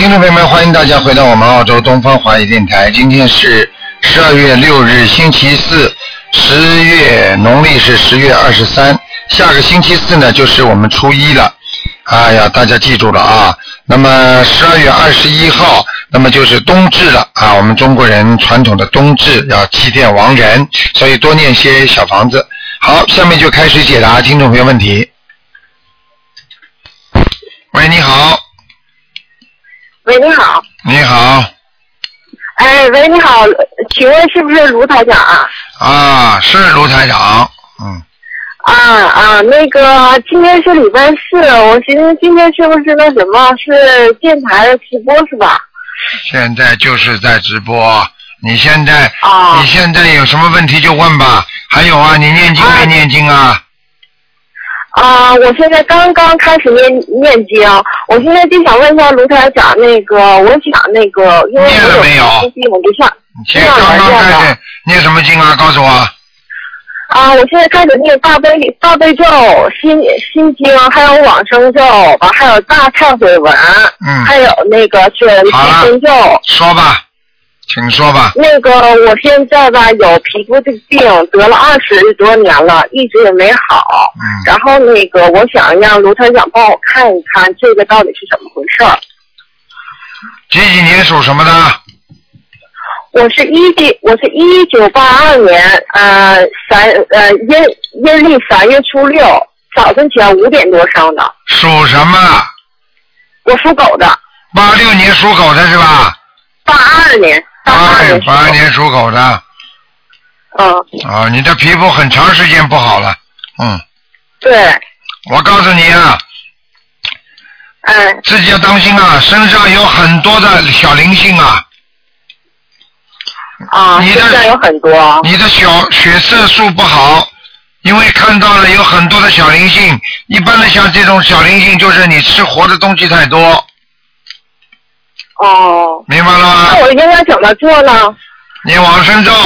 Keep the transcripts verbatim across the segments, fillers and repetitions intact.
听众朋友们，欢迎大家回到我们澳洲东方华语电台。今天是十二月六日，星期四，十月农历是十月二十三。下个星期四呢，就是我们初一了。哎呀，大家记住了啊！那么十二月二十一号，那么就是冬至了啊！我们中国人传统的冬至要祭奠亡人，所以多念些小房子。好，下面就开始解答听众朋友问题。喂，你好。 喂，你好。 你好。 哎，喂，你好，请问是不是卢台长啊？ 啊，是卢台长，嗯。 啊啊，那个今天是礼拜四，我寻思今天是不是那什么，是电台的直播是吧？ 现在就是在直播，你现在、 啊、 你现在有什么问题就问吧。还有啊，你念经没念经啊？ 啊，我现在刚刚开始念念经，我现在就想问一下卢台长，那个我想那个，因为我有没有？ 我就想你现在刚刚开始念什么经啊？告诉我。 啊，我现在开始念大悲大悲咒、心心经，还有往生咒，还有大忏悔文， 嗯， 还有那个是心经咒。 说吧，请说吧。 那个我现在吧有皮肤的病，得了二十多年了，一直也没好。 嗯。 然后那个我想让卢台长帮我看一看，这个到底是怎么回事儿。 几几年属什么的？ 我是一九，我是一九八二年，呃，三呃阴阴历三月初六早晨起来五点多生的。 属什么？ 我属狗的。 八六年属狗的是吧？ 八二年。 八二年。八二年属狗的。 嗯。 啊，你的皮肤很长时间不好了，嗯。 对。 我告诉你啊。 哎。 自己要当心啊，身上有很多的小灵性啊。 啊， 你的现在有很多。 你的小血色素不好，因为看到了有很多的小灵性。一般的像这种小灵性，就是你吃活的东西太多。 哦。 明白了吗？ 那我应该怎么做呢？ 念往生咒。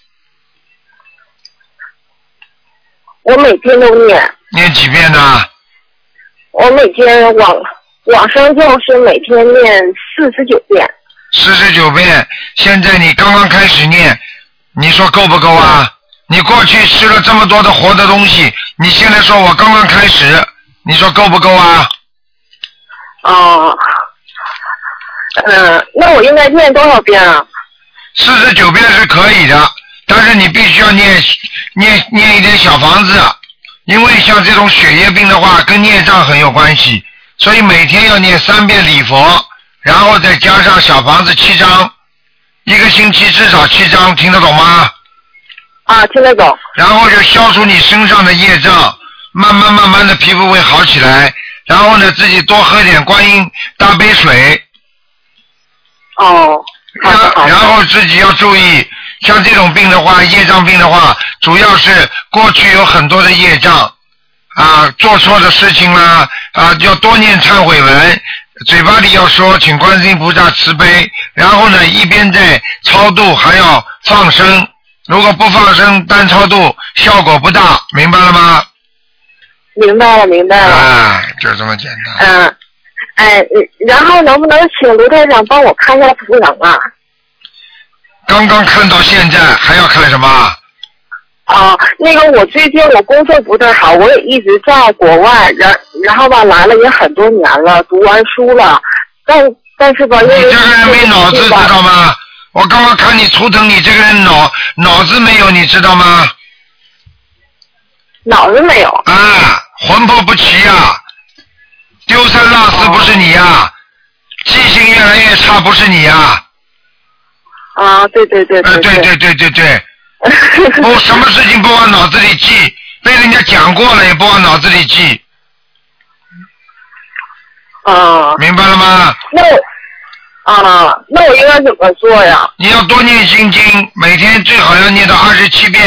我每天都念。 念几遍呢？ 我每天往往生咒是每天念四十九遍。 四十九遍，现在你刚刚开始念，你说够不够啊？你过去吃了这么多的活的东西，你现在说我刚刚开始，你说够不够啊？ 哦，嗯，那我应该念多少遍啊？ 四十九遍是可以的，但是你必须要念念念一点小房子，因为像这种血液病的话，跟孽障很有关系，所以每天要念三遍礼佛。然后再加上小房子七张，一个星期至少七张，听得懂吗？ 啊，听得懂。 然后就消除你身上的业障，慢慢慢慢的皮肤会好起来。然后呢，自己多喝点观音大杯水。 哦。好的好的。 然后自己要注意，像这种病的话，业障病的话，主要是过去有很多的业障啊，做错的事情啦啊，要多念忏悔文。嘴巴里要说请观世音菩萨慈悲，然后呢一边在超度还要放生，如果不放生单超度效果不大，明白了吗？ 明白了明白了。 啊，就这么简单。 嗯，哎，然后能不能请卢台长帮我看一下图腾啊？ 刚刚看到现在还要看什么？ 啊，那个我最近我工作不太好，我也一直在国外，然然后吧来了也很多年了，读完书了，但但是吧，因为你这个人没脑子知道吗？我刚刚看你图腾，你这个人脑脑子没有，你知道吗？ 脑子没有。 啊，魂魄不齐啊，丢三落四不是你呀、啊，记性越来越差不是你呀、啊。 啊，对对对对。 呃，对对对对对。不，什么事情不往脑子里记，被人家讲过了也不往脑子里记。 啊。 明白了吗？ 那我啊，那我应该怎么做呀？ 你要多念心经，每天最好要念到二十七遍。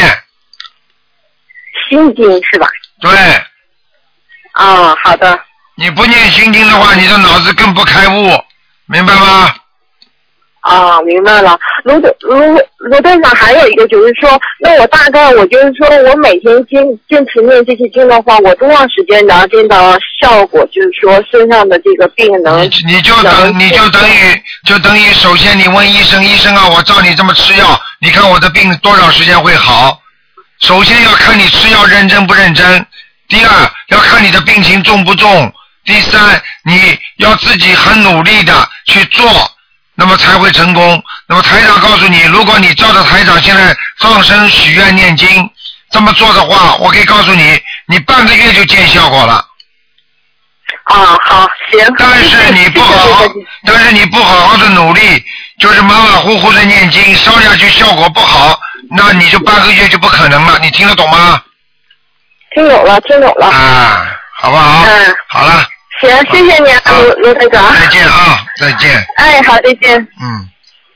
心经是吧？ 对。 啊，好的。 你不念心经的话，你的脑子更不开悟，明白吗？ 啊，明白了。卢队卢卢队长，还有一个就是说，那我大概我就是说我每天坚坚持念这些经的话，我多长时间能见到效果？就是说身上的这个病能你你就等你就等于就等于首先你问医生，医生啊，我照你这么吃药，你看我的病多少时间会好？首先要看你吃药认真不认真，第二要看你的病情重不重，第三你要自己很努力的去做。那么才会成功。那么台长告诉你，如果你照着台长现在放生许愿念经这么做的话，我可以告诉你，你半个月就见效果了。 啊，好，行。 但是你不好好，但是你不好好的努力，就是马马虎虎的念经，烧下去效果不好，那你就半个月就不可能了。你听得懂吗？ 听懂了，听懂了。 啊，好不好？ 嗯， 好了。 行，谢谢你，啊，卢卢台长。 再见啊，再见。 哎，好，再见。 嗯。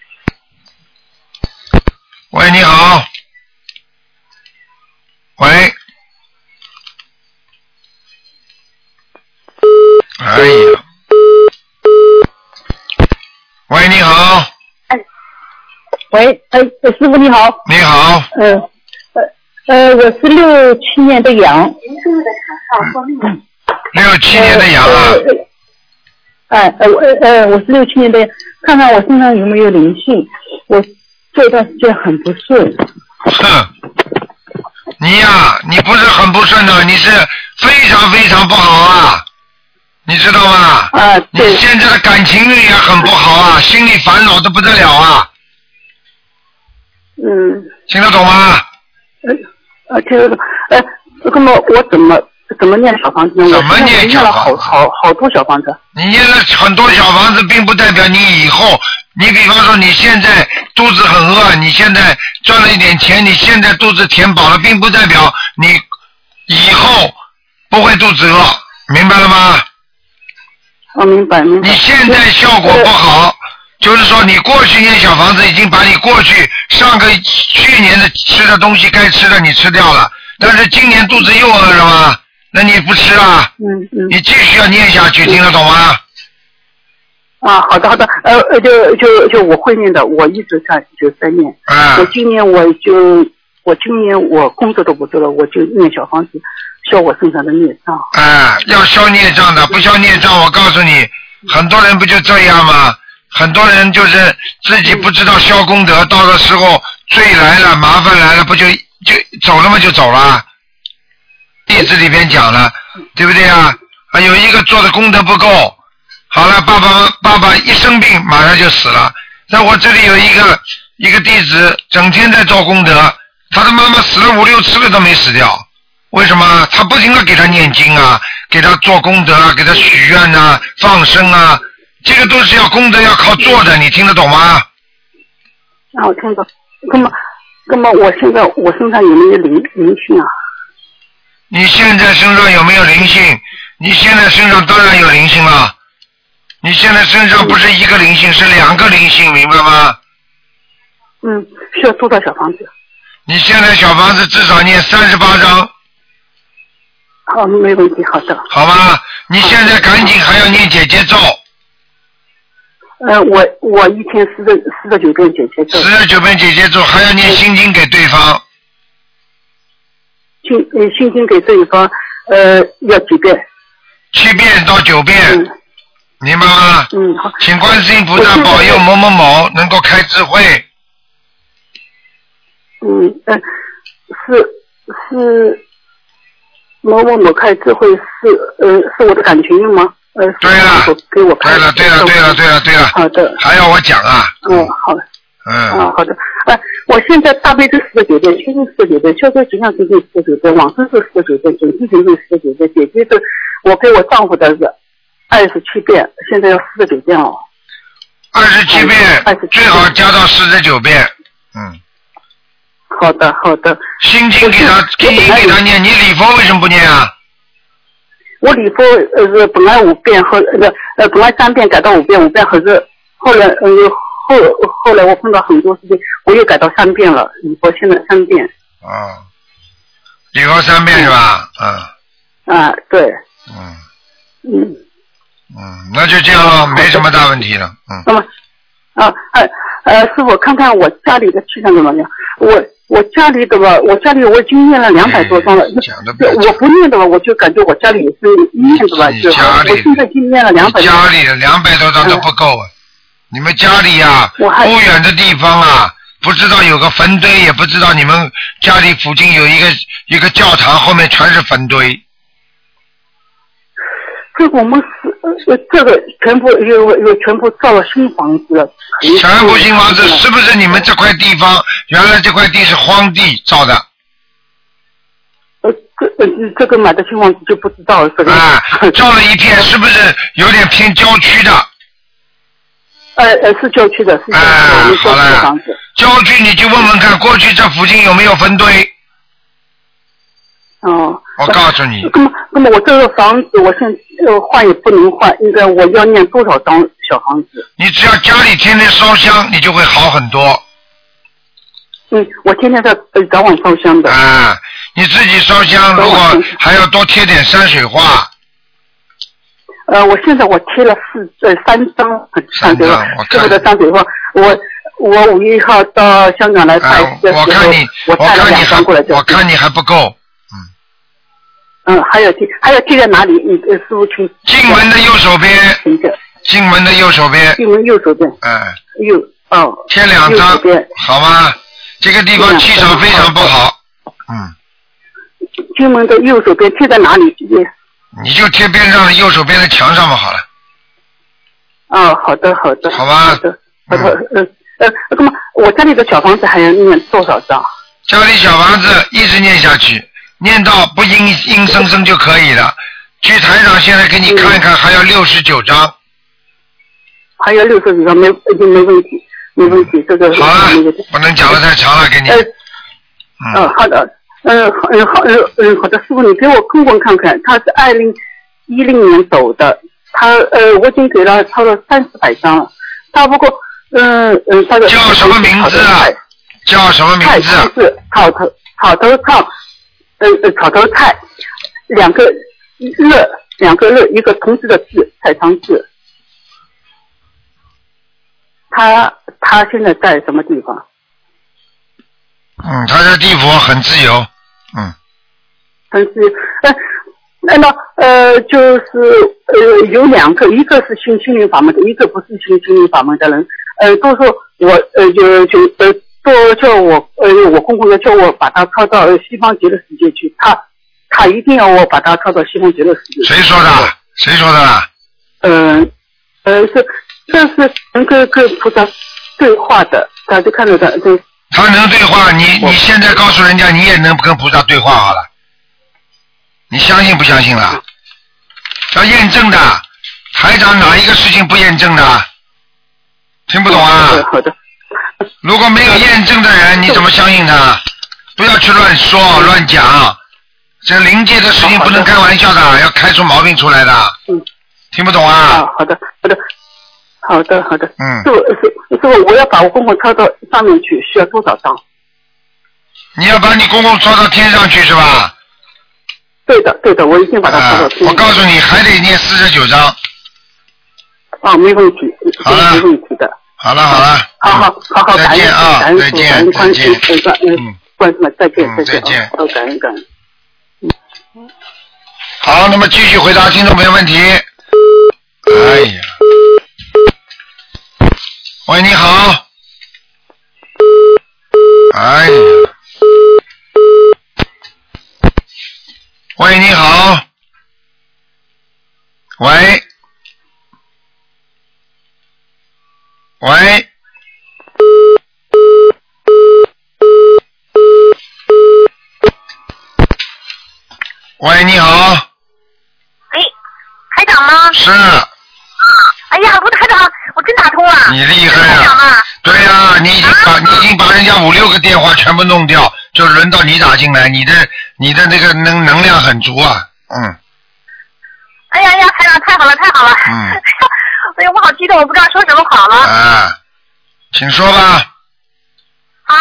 喂，你好。喂。哎呀。喂，你好。 哎。喂，哎，师傅你好。 你好。 嗯，呃呃，我是六七年的羊。 嗯六七年的羊啊！ 哎呃我呃我是六七年的，看看我身上有没有灵性。我这段时间很不顺。 哼，你呀、啊，你不是很不顺的，你是非常非常不好啊，你知道吗？ 啊，对。 你现在的感情运也很不好啊，心里烦恼的不得了啊。 嗯。 听得懂吗？ 呃呃，听得懂。呃，那么我怎么？怎么念小房子呢？ 怎么念小房子？ 好好好多小房子。 你念了很多小房子，并不代表你以后，你比方说你现在肚子很饿，你现在赚了一点钱，你现在肚子填饱了，并不代表你以后不会肚子饿，明白了吗？ 我、哦、明白明白。 你现在效果不好，就是说你过去念小房子已经把你过去上个去年的吃的东西该吃的你吃掉了，但是今年肚子又饿了吗？那你不吃啊？ 嗯嗯。 你继续要念下去，嗯、听得懂吗？ 啊，好的好的，呃呃，就就就我会念的，我一直在就在念。 啊。 我今年我就我今年我工作都不做了，我就念小房子，消我身上的孽障。 啊，要消孽障的，不消孽障，我告诉你，很多人不就这样吗？很多人就是自己不知道消功德，到的时候罪来了，麻烦来了，不就就走了吗？就走了。例子里边讲了，对不对啊？啊，有一个做的功德不够，好了，爸爸爸爸一生病马上就死了。在我这里有一个一个弟子，整天在做功德，他的妈妈死了五六次了都没死掉，为什么？他不停的给他念经啊，给他做功德啊，给他许愿啊，放生啊，这个都是要功德要靠做的，你听得懂吗？ 那我听懂。那么，那么我现在我身上有没有灵灵性啊？ 你现在身上有没有灵性？你现在身上当然有灵性了。你现在身上不是一个灵性，是两个灵性，明白吗？ 嗯，需要多少小房子？ 你现在小房子至少念三十八章。 好，没问题，好的。 好吧，你现在赶紧还要念姐姐咒。 呃，我我一天四十四十九遍姐姐咒。 四十九遍姐姐咒，还要念心经给对方。 心呃心经给对方呃要几遍？ 七遍到九遍， 嗯、 明白吗？ 嗯，好。 请观世音菩萨保佑某某某能够开智慧。 嗯呃是是某某某开智慧是呃是我的感情运吗？呃对了， 给我开对了对了对了对了对了。 好的。 还要我讲啊？ 嗯，好的。 嗯。 啊，好的。哎、呃，我现在大悲咒四十九遍，心经四十九遍，消灾吉祥神咒四十九遍，往生咒四十九遍，准提神咒四十九遍，姐姐咒我给我丈夫的是二十七遍，现在要四十九遍了。 二十七遍，最好加到四十九遍。嗯。 好的，好的。 心经给他，心经给他念，你礼佛为什么不念啊？ 我礼佛呃本来五遍和呃呃本来三遍改到五遍，五遍可是后来呃后后来我碰到很多事情，我又改到三遍了，礼佛现在三遍。 哦，礼佛三遍是吧？嗯。 啊，对。 嗯。 嗯。 嗯，那就这样了，没什么大问题了。嗯。 那么， 啊，呃呃，师傅，看看我家里的气场怎么样？我我家里的吧，我家里我已经念了两百多张了。哎、我不念的吧，我就感觉我家里也是念的吧，就我现在已经念了两百。 家里的两百多张都不够啊！嗯、你们家里呀、啊，不远的地方啊，不知道有个坟堆，也不知道你们家里附近有一个一个教堂，后面全是坟堆。 这个我们是呃，这个全部又又全部造了新房子了。 全部新房子，是不是你们这块地方原来这块地是荒地造的？ 呃，这呃这个买的新房子就不知道了。这个啊，造了一片，是不是有点偏郊区的？ 呃呃，是郊区的，是郊区的。 啊，好了， 房子。 郊区你就问问看，过去这附近有没有坟堆？ 哦。 我告诉你。 那么，那么我这个房子，我现在换也不能换，应该我要念多少张小房子？ 你只要家里天天烧香，你就会好很多。 嗯，我天天在呃早晚烧香的。 啊，你自己烧香，如果还要多贴点山水画。 呃，我现在我贴了四呃三张山水画，师傅的山水画，我我五月一号到香港来拜的时候， 我看你， 我带了两张过来， 我看你还不够。 嗯，还有贴，还有贴在哪里？你呃，师傅请。 进门的右手边。进门的右手边。 进门右手边。 嗯。 右哦。 贴两张，好吗？这个地方气场非常不好。嗯。 进门的右手边贴在哪里？ 你就贴边上的右手边的墙上嘛，好了。 哦，好的，好的。 好吧。 好的，好的，呃呃，那么我家里的小房子还要念多少张？ 家里小房子一直念下去。念到不阴阴森森就可以了。去台长现在给你看一看，还要六十九张。 还有六十九张，没没没问题，没问题。这个好了，不能讲得太长了，给你。 呃，嗯、呃，好的，嗯、呃，嗯，好，嗯、呃，嗯，好的，师傅，你给我公公看看，他是二零一零年走的，他呃，我已经给了超了三四百张了，他不过，嗯、呃、嗯，他的叫什么名字啊？叫什么名字啊？ 是草头草头草。呃呃，草头菜，两个乐，两个乐，一个同志的字，菜堂字。他他现在在什么地方？ 嗯，他在地府很自由，嗯。 很自由。呃，那么呃，就是呃，有两个，一个是信心灵法门的，一个不是信心灵法门的人。呃，都说我呃就就呃。说叫我呃，我公公要叫我把他抄到西方极乐世界去，他他一定要我把他抄到西方极乐世界。 谁说的？谁说的？ 嗯呃，呃，是这是能跟跟菩萨对话的，他就看到的对。 他能对话，你你现在告诉人家，你也能跟菩萨对话好了。你相信不相信了？要验证的，台长哪一个事情不验证的？听不懂啊？ 好的。 如果没有验证的人，你怎么相信他？不要去乱说乱讲，这灵界的事情不能开玩笑的，要开出毛病出来的。 嗯， 听不懂啊？ 啊，好的，好的，好的，好的。 嗯。 是是是，我要把我公公抄到上面去，需要多少张？ 你要把你公公抄到天上去是吧？ 对的，对的，我已经把他抄到天上、 呃。我告诉你，还得念四十九章。 啊，没问题， 好了， 没问题的。 好了好了， 好好好好， 再见啊，再见再见， 嗯，关什么？再见再见， 好，感恩感恩。 好，那么继续回答听众朋友问题。哎呀，喂，你好。哎呀，喂，你好。喂。喂，喂，你好。 哎，台长吗？ 是。 哎呀，我台长，我真打通了。 你厉害呀、啊！对呀、啊，你已经把、啊、你已经把人家五六个电话全部弄掉，就轮到你打进来，你的你的那个能能量很足啊，嗯。 哎呀呀，台长太好了，太好了。 嗯。 哎呀，我好激动，我不知道说什么好了。 啊，请说吧。 啊。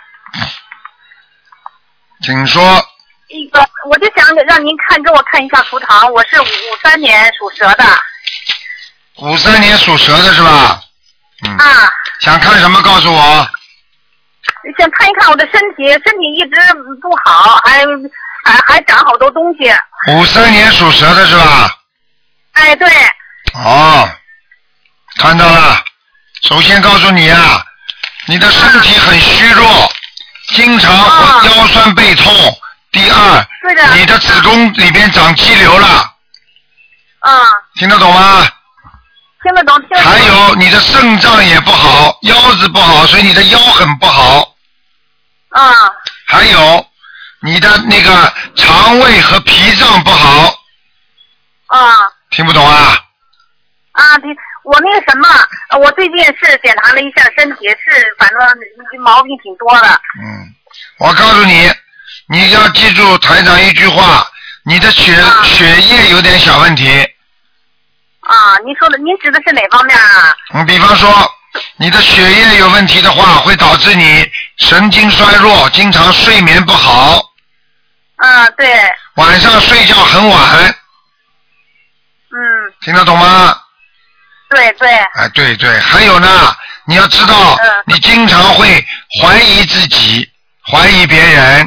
请说。 一个，我就想让您看给我看一下图腾，我是五三年属蛇的。 五三年属蛇的是吧？嗯。 啊。 想看什么？告诉我。 想看一看我的身体，身体一直不好，还还还长好多东西。 五三年属蛇的是吧？ 哎，对。 哦，看到了。首先告诉你啊，你的身体很虚弱，经常会腰酸背痛。第二， 对的， 你的子宫里边长肌瘤了。 啊。 听得懂吗？ 听得懂，听得懂。 还有你的肾脏也不好，腰子不好，所以你的腰很不好。 啊。 还有你的那个肠胃和脾脏不好。 啊。 听不懂啊？ 啊，听我那个什么，我最近是检查了一下身体，是反正毛病挺多的。 嗯，我告诉你，你要记住台长一句话，你的血、啊、血液有点小问题。 啊，您说的，您指的是哪方面啊？ 嗯，比方说你的血液有问题的话，会导致你神经衰弱，经常睡眠不好。 啊，对。 晚上睡觉很晚。 嗯。 听得懂吗？ 对对。 哎，对对，还有呢，你要知道，嗯、你经常会怀疑自己，怀疑别人。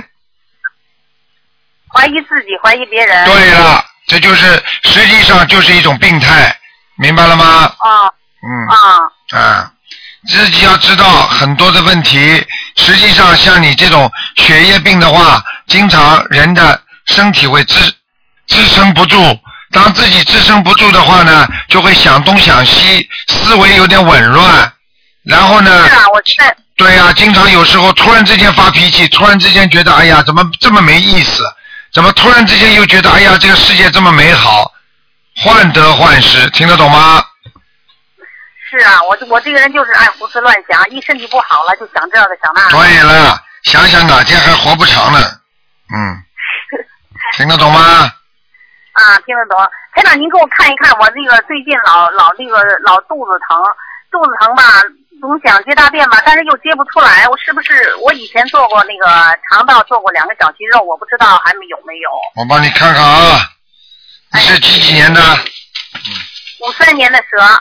怀疑自己，怀疑别人。 对了，这就是实际上就是一种病态，明白了吗？ 啊。 嗯。 啊。 啊，自己要知道很多的问题，实际上像你这种血液病的话，经常人的身体会支支撑不住。当自己支撑不住的话呢，就会想东想西，思维有点紊乱，然后呢， 是啊，我在对呀、啊，经常有时候突然之间发脾气，突然之间觉得哎呀怎么这么没意思，怎么突然之间又觉得哎呀这个世界这么美好，患得患失，听得懂吗？ 是啊，我我这个人就是爱胡思乱想，一身体不好了就想这个想那个。 对了，想想哪天还活不长呢，嗯，听得懂吗？ 啊，听得懂。台长，您给我看一看，我那个最近老老那个老肚子疼，肚子疼吧，总想接大便吧，但是又接不出来。我是不是我以前做过那个肠道做过两个小息肉，我不知道还没有没有。 我帮你看看啊，你是几几年的？ 五三年的蛇。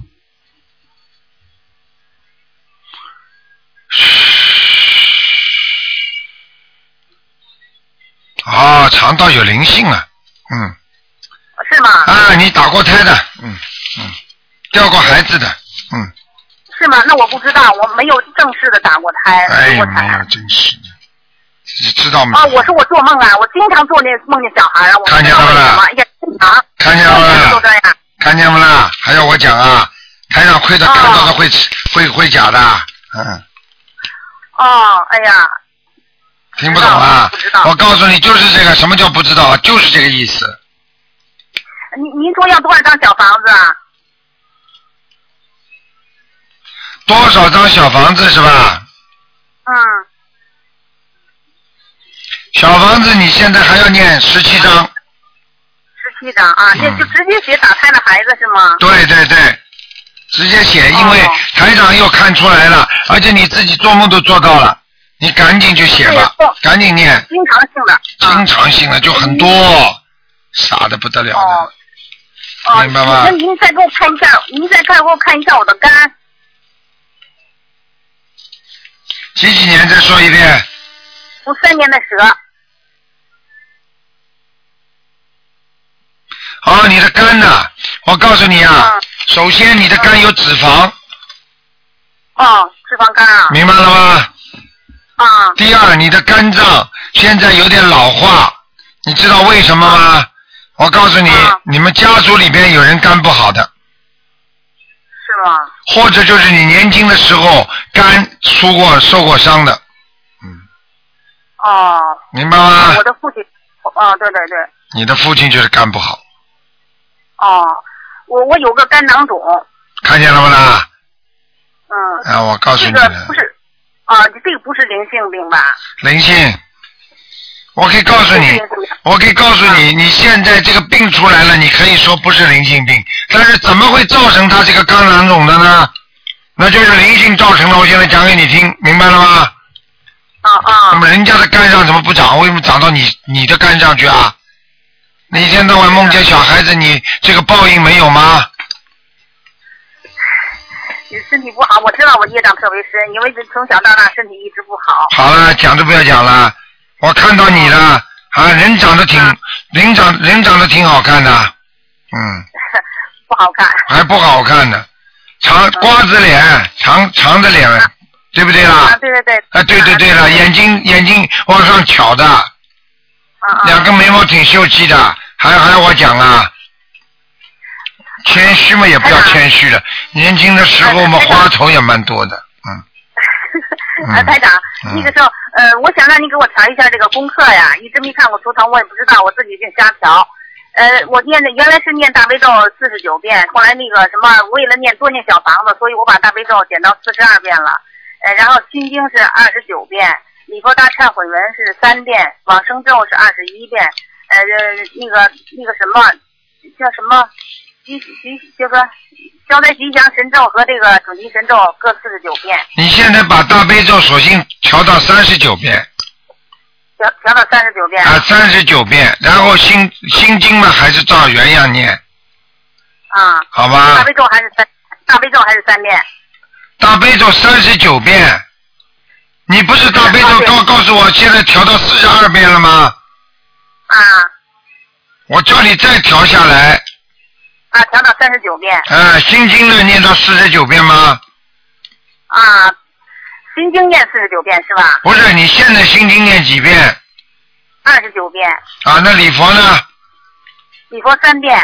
啊，肠道有灵性啊，嗯。 是吗？ 啊，你打过胎的，嗯嗯，掉过孩子的，嗯。 是吗？那我不知道，我没有正式的打过胎。 哎，没有正式的，知道吗？ 啊，我说我做梦啊，我经常做那梦见小孩啊，我看见了不啦？ 哎呀，经常。 看见了不啦？ 都这样。 看见不啦？还要我讲啊？台上会的，看到的会、哦、会会假的，嗯。 哦，哎呀。 听不懂啊？ 不知道。 我告诉你，就是这个，什么叫不知道？就是这个意思。 您您说要多少张小房子啊？ 多少张小房子是吧？ 嗯。 小房子你现在还要念十七张。 十七张啊，这、嗯、就直接写打胎的孩子是吗？ 对对对，直接写，因为台长又看出来了，哦、而且你自己做梦都做到了，你赶紧就写吧，赶紧念。 经常性的。 经常性的就很多，嗯、傻的不得了的。 哦哦， 明白吗？ 那您再给我看一下，您再看给我看一下我的肝。 几几年？再说一遍。 五三年的蛇。 哦，你的肝呢、啊？我告诉你啊，嗯、首先你的肝有脂肪。 哦，脂肪肝啊。 明白了吗？ 啊、嗯。 第二，你的肝脏现在有点老化，你知道为什么吗？嗯我告诉你、啊，你们家族里边有人肝不好的， 是吗？ 或者就是你年轻的时候肝出过受过伤的，嗯。 哦。 明白吗？ 我的父亲，哦，对对对。 你的父亲就是肝不好。 哦，我我有个肝囊肿。 看见了不啦？ 嗯。 啊，我告诉你了。 这个不是，啊，这个不是灵性病吧？ 灵性。我可以告诉你，我可以告诉你，你现在这个病出来了，你可以说不是灵性病，但是怎么会造成他这个肝囊肿的呢？那就是灵性造成的。我现在讲给你听，明白了吗？ 啊啊。 那么人家的肝上怎么不长？为什么长到你你的肝上去啊？你一天到晚梦见小孩子，你这个报应没有吗？ 身体不好，我知道我业障特别深，因为从小到大身体一直不好。 好了，讲都不要讲了，我看到你了啊，人长得挺， 嗯、 人长人长得挺好看的，嗯。 不好看。 还不好看呢，长瓜子脸，嗯、长长的脸，啊、对不对啦？ 啊，对对对。 啊，对对对了，啊、眼睛眼睛往上挑的，啊、两个眉毛挺秀气的，还还要我讲啊？谦虚嘛，也不要谦虚了。年轻的时候我们花头也蛮多的，嗯。 啊，台长，嗯、那个时候，呃，我想让你给我调一下这个功课呀，一直没看过图腾，我也不知道，我自己净瞎调。呃，我念的原来是念大悲咒四十九遍，后来那个什么，为了念多念小房子，所以我把大悲咒减到四十二遍了。呃，然后心经是二十九遍，礼佛大忏悔文是三遍，往生咒是二十一遍。呃，那个那个什么叫什么吉吉这个消灾吉祥神咒和这个准提神咒各四十九遍。 你现在把大悲咒索性调到三十九遍。 调调到三十九遍啊，三十九遍，然后心心经嘛还是照原样念， 啊， 好吧？ 大悲咒还是三，大悲咒还是三遍。 大悲咒三十九遍，你不是大悲咒告告诉我现在调到四十二遍了吗？ 啊。 我叫你再调下来。 啊，调到三十九遍。 啊，心经呢念到四十九遍吗？ 啊。心经念四十九遍是吧？ 不是，你现在心经念几遍？ 二十九遍。 啊，那礼佛呢？ 礼佛三遍。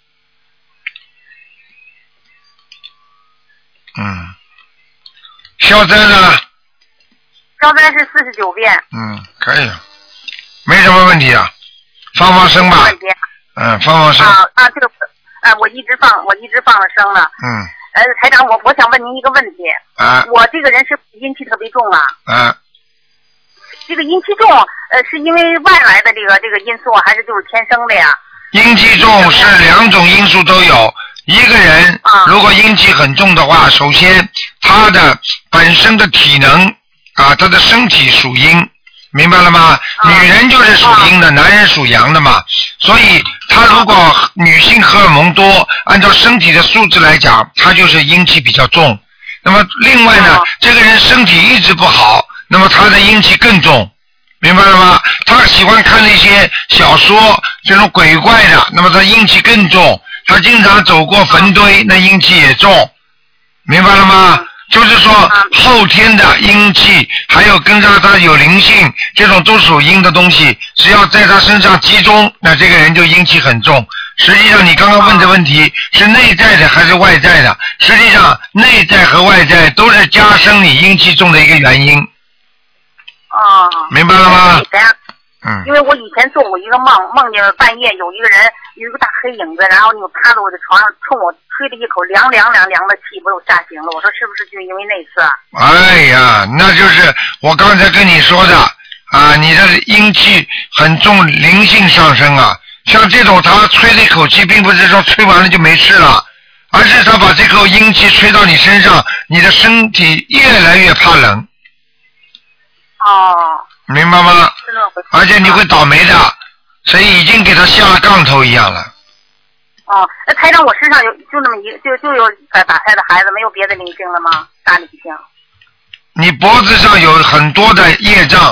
嗯。消灾呢？ 消灾是四十九遍。 嗯，可以，没什么问题啊，放放生吧。 没问题。 嗯，放放生。 啊啊，这个啊，我一直放，我一直放了生了。 嗯。 呃，台长，我我想问您一个问题。 啊。 我这个人是阴气特别重啊。 啊。 这个阴气重，呃，是因为外来的这个这个因素，还是就是天生的呀？ 阴气重是两种因素都有。一个人如果阴气很重的话，首先他的本身的体能啊，他的身体属阴，明白了吗？女人就是属阴的，男人属阳的嘛。所以他如果女性荷尔蒙多，按照身体的素质来讲，他就是阴气比较重。那么另外呢，这个人身体一直不好，那么他的阴气更重，明白了吗？他喜欢看那些小说，这种鬼怪的，那么他阴气更重。他经常走过坟堆，那阴气也重，明白了吗？就是说后天的阴气，还有跟着他有灵性，这种都属阴的东西，只要在他身上集中，那这个人就阴气很重。实际上你刚刚问的问题是内在的还是外在的？实际上内在和外在都是加深你阴气重的一个原因。 哦。 明白了吗？ 嗯。因为我以前做过一个梦，梦见半夜有一个人有一个大黑影子，然后就趴在我的床上，冲我吹了一口凉凉凉凉的气，把我吓醒了。我说是不是就因为那次？ 哎呀，那就是我刚才跟你说的啊，你的阴气很重，灵性上升啊。像这种他吹了一口气，并不是说吹完了就没事了，而是他把这口阴气吹到你身上，你的身体越来越怕冷。 哦。 明白吗？而且你会倒霉的，所以已经给他下了杠头一样了。 哦，那台长，我身上有就那么一就就有打打胎的孩子，没有别的灵性了吗？大灵性。 你脖子上有很多的业障。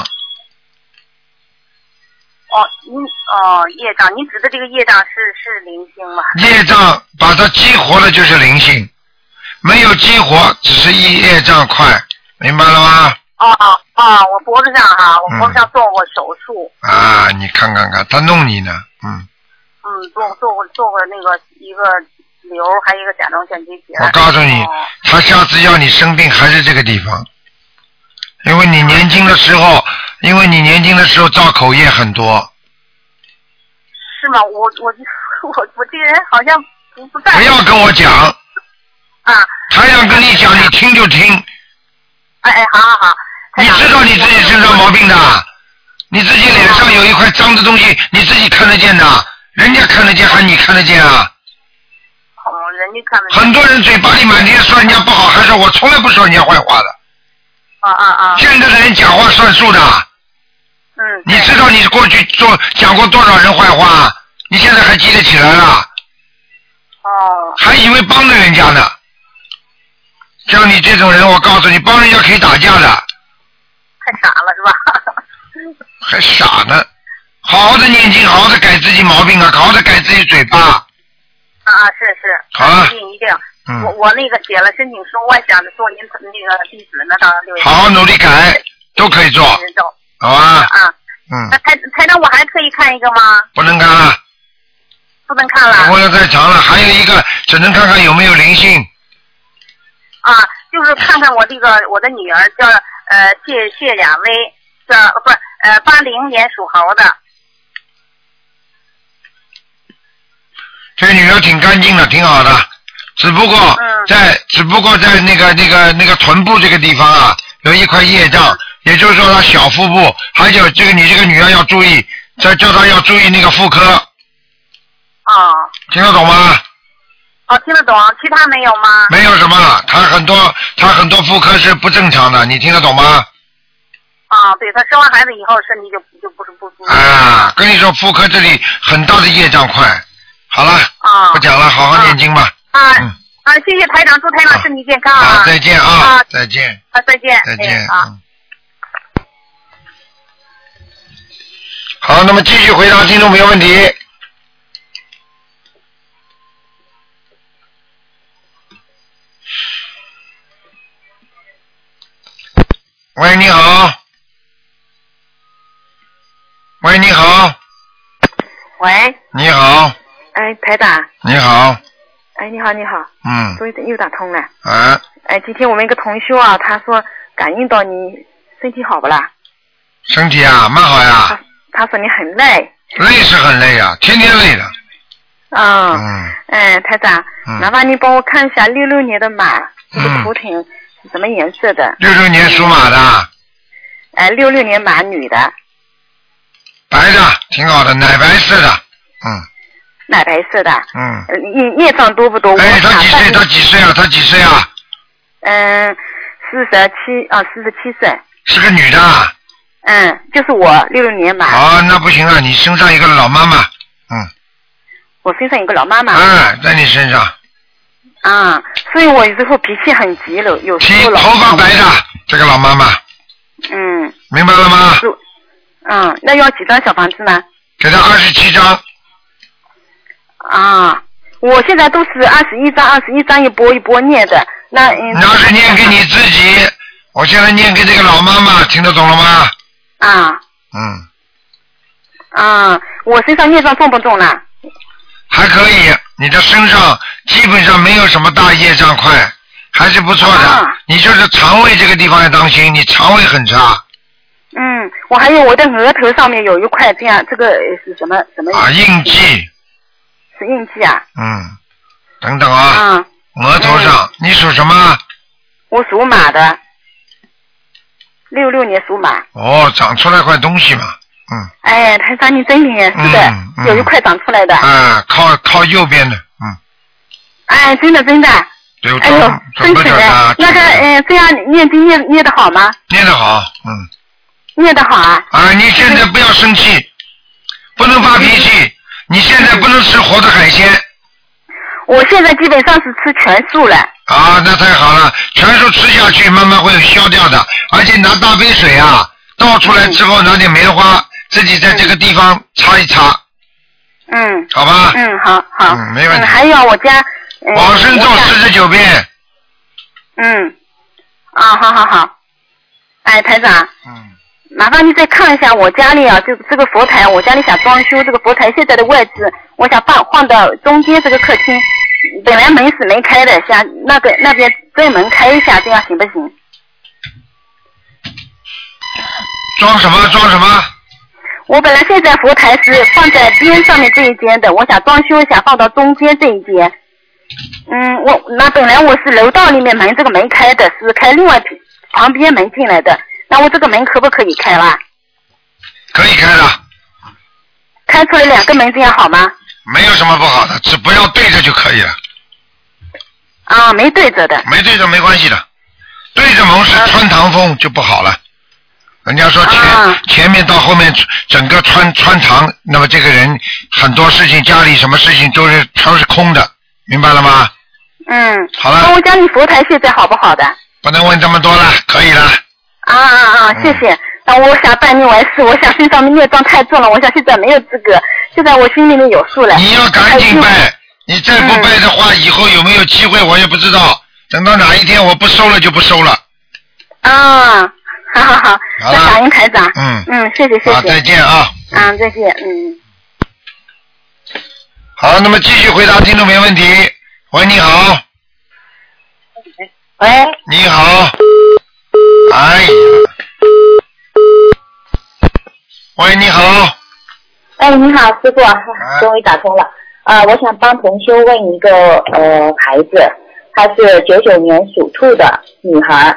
哦，您哦业障，您指的这个业障是是灵性吗？ 业障把它激活了就是灵性，没有激活只是一业障块，明白了吗？ 哦哦哦，我脖子上哈，我脖子上做过手术。 嗯、啊，你看看看，他弄你呢，嗯。 嗯，做做过做过那个一个瘤，还有一个甲状腺结节。 我告诉你，哦、他下次要你生病还是这个地方，因为你年轻的时候，因为你年轻的时候造口业很多。 是吗？我我我我这个人好像不不在。 不要跟我讲。 啊。 他要跟你讲，你听就听。 哎哎，好好好。 你知道你自己身上毛病的，你自己脸上有一块脏的东西，你自己看得见的，人家看得见还你看得见啊？ 哦，人家看得见。 很多人嘴巴里满天说人家不好，还说我从来不说人家坏话的。 啊啊啊！ 现在的人讲话算数的。 嗯。 你知道你过去做讲过多少人坏话？你现在还记得起来了？ 哦。 还以为帮着人家呢。 像你这种人，我告诉你，帮人家可以打架的。 太傻了是吧？ 还傻呢，好好的念经，好好的改自己毛病啊，好好的改自己嘴巴。 啊，是是。 好啊。 一定一定。 嗯。 我我那个写了申请书，我还想着做您那个弟子呢，到六月。 好好努力改，都可以做。好吧。 啊。 嗯。 那台台长，我还可以看一个吗？ 不能看了。 不能看了。 我的太长了，还有一个只能看看有没有灵性。 啊，就是看看我这个我的女儿叫呃谢谢雅薇，叫不是呃八零年属猴的。 这个女儿挺干净的，挺好的，只不过在、嗯、只不过在那个那个那个臀部这个地方啊，有一块业障，嗯、也就是说她小腹部，还有这个你这个女儿要注意，再叫她要注意那个妇科。 哦。 听得懂吗？ 哦，听得懂，其他没有吗？ 没有什么，她很多她很多妇科是不正常的，你听得懂吗？ 啊，对，她生完孩子以后身体就就不是不舒服。 啊，跟你说妇科这里很大的业障块。好了， 啊， 不讲了，好好念经吧。 啊， 嗯， 啊，谢谢台长，祝台长身体健康啊！ 好，再见啊！ 啊， 再见。 啊，再见。 再见。 啊。 嗯。好，那么继续回答听众朋友问题。喂，你好。喂，你好。 喂。 你好。 哎，台长。 你好。 哎，你好，你好。 嗯。 终于又打通了。 啊。 哎，今天我们一个同学啊，他说感应到你身体好不啦？ 身体啊，蛮好呀。 他他说你很累。 累是很累啊，天天累的。 嗯。嗯。哎，台长， 嗯、 麻烦你帮我看一下六六年的马，这个图腾是什么颜色的？ 六六年属马的。 哎，六六年马女的。 白的，挺好的，奶白色的，嗯。 奶白色的。 嗯。 业业障多不多？ 哎，他几岁？他几岁啊？他几岁啊？ 嗯，四十七啊，四十七岁。 是个女的。 嗯，就是我六六年马。 哦，那不行啊，你身上一个老妈妈，嗯。 我身上有个老妈妈。 嗯，在你身上。 啊，所以我有时候脾气很急了，有时候老。 头发白的，这个老妈妈。 嗯。 明白了吗？ 嗯，那要几张小房子呢？ 给他二十七张。 啊，我现在都是二十一张，二十一张一波一波念的。那嗯。 那是念给你自己，我现在念给这个老妈妈，听得懂了吗？ 啊。 嗯。 啊，我身上孽障重不重呢？ 还可以，你的身上基本上没有什么大业障块，还是不错的。啊、你就是肠胃这个地方要当心，你肠胃很差。 嗯，我还有我的额头上面有一块这样，这个是什么什么？ 啊，印记。 是印记啊。 嗯，等等啊。 嗯。 额头上，嗯、你属什么？ 我属马的。六六年属马。 哦，长出来块东西嘛，嗯。 哎，台长你真灵，是的，嗯嗯、有一块长出来的。 啊，靠靠右边的，嗯。 哎，真的真的。 对， 哎呦，真是的。那个，呃，这样念经念念得好吗？ 念得好，嗯。 念得好啊！ 啊，你现在不要生气，不能发脾气。你现在不能吃活的海鲜。 我现在基本上是吃全素了。 啊，那太好了，全素吃下去，慢慢会消掉的。而且拿大杯水啊，倒出来之后拿点棉花，自己在这个地方擦一擦。 嗯。 好吧。 嗯，好好。 嗯，没问题。 嗯、还有我家。 嗯、往生咒四十九遍。 嗯。啊，好好好。哎，台长。 嗯。 麻烦你再看一下我家里啊，就这个佛台，我家里想装修这个佛台现在的位置，我想放放到中间这个客厅，本来门是没开的，想那个那边正门开一下，这样行不行？ 装什么装什么？ 我本来现在佛台是放在边上面这一间的，我想装修一下放到中间这一间。嗯，我那本来我是楼道里面门这个门开的，是开另外旁边门进来的。那我这个门可不可以开啦？ 可以开的。 开出来两个门这样好吗？ 没有什么不好的，只不要对着就可以了。 啊，没对着的。 没对着没关系的，对着门是穿堂风就不好了。人家说前、啊、前面到后面整个穿穿堂，那么这个人很多事情家里什么事情都是都是空的，明白了吗？ 嗯。 好了。 那我家里佛台现在好不好的？ 不能问这么多了，可以了。 啊啊啊！谢谢。那、嗯、我想拜你为师，我想身上的孽障太重了，我想现在没有资格，现在我心里面有数了。 你要赶紧拜，你再不拜的话，嗯、以后有没有机会我也不知道。等到哪一天我不收了就不收了。 啊，好好好， 好那感恩台长。 嗯嗯，谢谢谢谢。 好，再见啊。 嗯，再见，嗯。 好，那么继续回答听众没问题。喂，你好。 喂。 你好。哎呀。喂，你好。 哎，你好，师傅，啊、终于打通了。呃，我想帮同修问一个呃孩子，她是九九年属兔的女孩。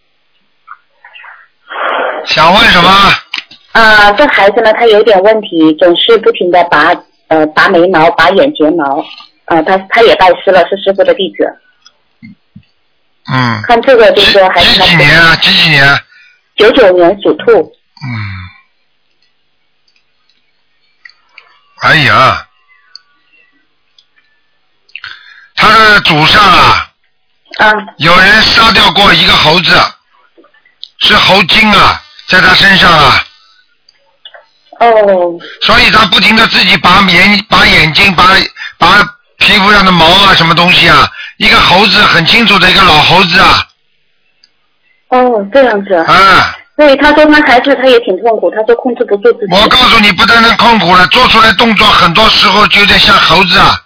想问什么？ 啊、呃，这孩子呢，他有点问题，总是不停的拔呃拔眉毛、拔眼睫毛。呃，他他也拜师了，是师傅的弟子。 嗯。 看这个就是说还是几几年啊？几几年？ 九九年属兔。 嗯。哎呀，他的祖上啊， 啊， 有人杀掉过一个猴子，是猴精啊，在他身上啊。 哦。 所以他不停的自己拔眼、拔眼睛、拔拔皮肤上的毛啊，什么东西啊？一个猴子很清楚的一个老猴子啊。 哦，这样子。 啊。 所以他说他孩子他也挺痛苦，他说控制不住自己。 我告诉你，不单单痛苦了，做出来动作很多时候就有点像猴子啊。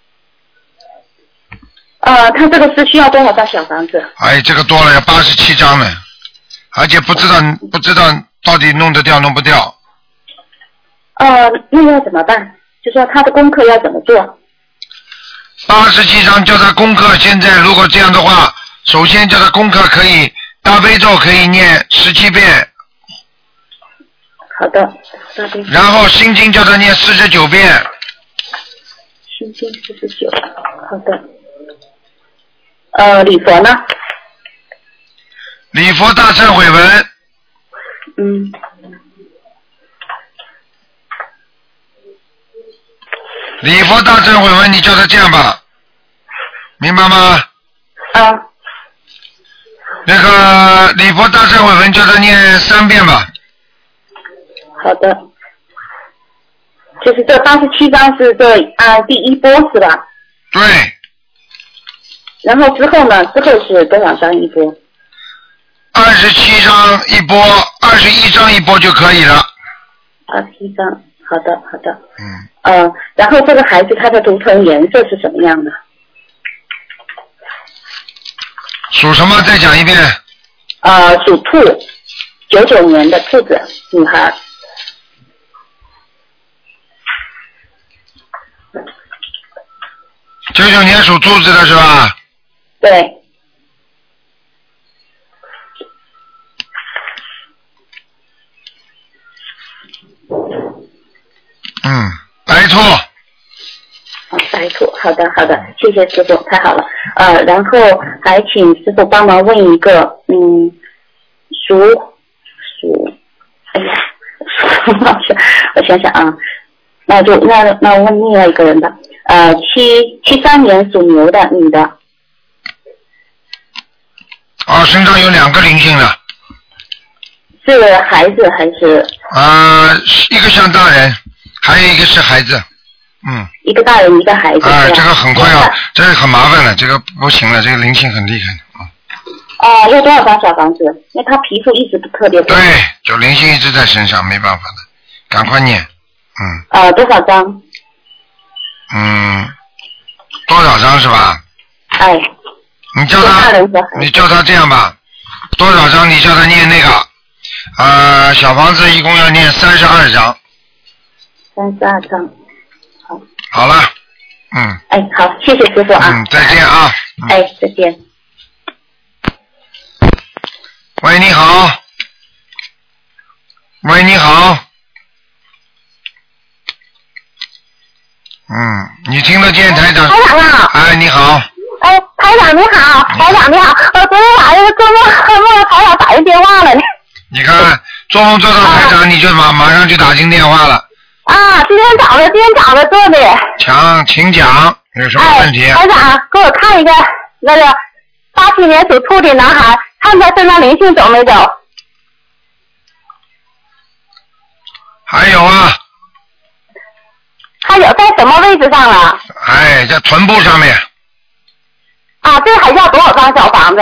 呃，他这个是需要多少张小房子？ 哎，这个多了，要八十七张呢，而且不知道不知道到底弄得掉弄不掉。 呃，那要怎么办？就说他的功课要怎么做？ 八十七张叫他功课，现在如果这样的话，首先叫他功课可以。大悲咒可以念十七遍。 好的，大悲咒。 然后心经叫他念四十九遍。 心经四十九，好的。呃，礼佛呢？ 礼佛大忏悔文。 嗯。 礼佛大忏悔文，你叫他这样吧，明白吗？ 啊。 那个礼佛大忏悔文叫他念三遍吧。 好的，就是这八十七章是这啊第一波是吧？ 对。 然后之后呢？之后是多少章一波？ 二十七章一波，二十一章一波就可以了。 二十一章，好的好的。 嗯。 呃，然后这个孩子他的图腾颜色是什么样的？ 属什么？再讲一遍。 呃，属兔，九九年的兔子女孩。 九九年属兔子的是吧？ 对。 嗯，白兔。 白兔，好的好的，谢谢师傅，太好了。呃，然后还请师傅帮忙问一个，嗯，属属，哎呀，我想想啊，那就那那问另外一个人吧。呃，七七三年属牛的女的。 哦，身上有两个灵性了。 是孩子还是？ 啊、呃，一个像大人，还有一个是孩子。嗯， 一个大人一个孩子。 啊，这个很快啊，这个很麻烦了，这个不行了，这个灵性很厉害的啊。 哦，要多少张小房子？因为他皮肤一直不特别。 对，就灵性一直在身上，没办法的，赶快念。嗯。 呃，多少张？ 嗯，多少张是吧？ 哎。 你叫他，你叫他这样吧，多少张？你叫他念那个，呃，小房子一共要念三十二张。 三十二张。好， 好了，嗯。 哎，好，谢谢师傅啊。 嗯，再见啊。 嗯、哎，再见。 喂，你好。喂，你好。嗯，你听得见台长？ 台长啊。 哎，你好。 哎，台长你好，台长你好，我昨天晚上做梦梦到台长打进电话了呢。 你看，做梦做到台长，你就马马上就打进电话了。 啊，今天早上，今天早上做的。 讲，请讲。 有什么问题？ 哎，台长，给我看一个那个八七年属兔的男孩，看他身上灵性走没走？ 还有啊。 还有在什么位置上了？ 哎，在臀部上面。 啊，这还要多少张小房子？